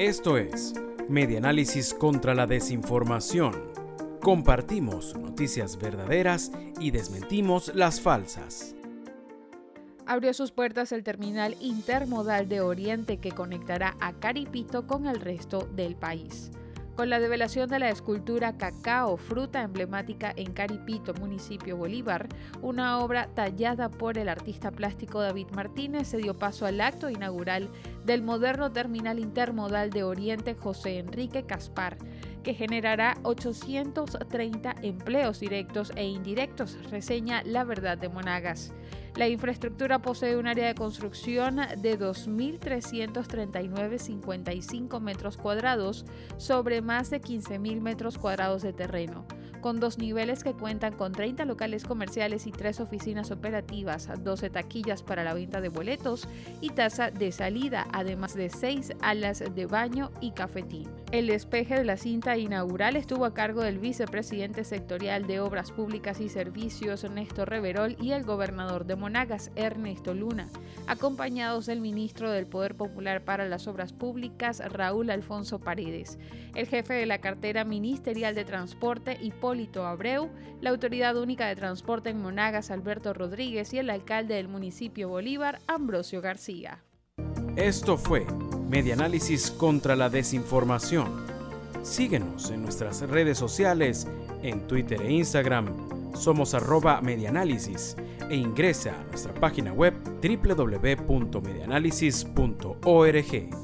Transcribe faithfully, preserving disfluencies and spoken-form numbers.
Esto es Medianálisis contra la desinformación. Compartimos noticias verdaderas y desmentimos las falsas. Abrió sus puertas el terminal intermodal de Oriente que conectará a Caripito con el resto del país. Con la develación de la escultura Cacao, fruta emblemática en Caripito, municipio Bolívar, una obra tallada por el artista plástico David Martínez, se dio paso al acto inaugural del moderno terminal intermodal de Oriente José Enrique Caspar, que generará ochocientos treinta empleos directos e indirectos, reseña La Verdad de Monagas. La infraestructura posee un área de construcción de dos mil trescientos treinta y nueve punto cincuenta y cinco metros cuadrados sobre más de quince mil metros cuadrados de terreno, con dos niveles que cuentan con treinta locales comerciales y tres oficinas operativas, doce taquillas para la venta de boletos y tasa de salida, además de seis alas de baño y cafetín. El despeje de la cinta inaugural estuvo a cargo del vicepresidente sectorial de Obras Públicas y Servicios, Néstor Reverol, y el gobernador de Monagas, Ernesto Luna, acompañados del ministro del Poder Popular para las Obras Públicas, Raúl Alfonso Paredes, el jefe de la cartera ministerial de Transporte, Hipólito Abreu, la Autoridad Única de Transporte en Monagas, Alberto Rodríguez, y el alcalde del municipio Bolívar, Ambrosio García. Esto fue Medianálisis contra la desinformación. Síguenos en nuestras redes sociales, en Twitter e Instagram. Somos arroba Medianálisis e ingresa a nuestra página web doble u doble u doble u punto medianálisis punto org.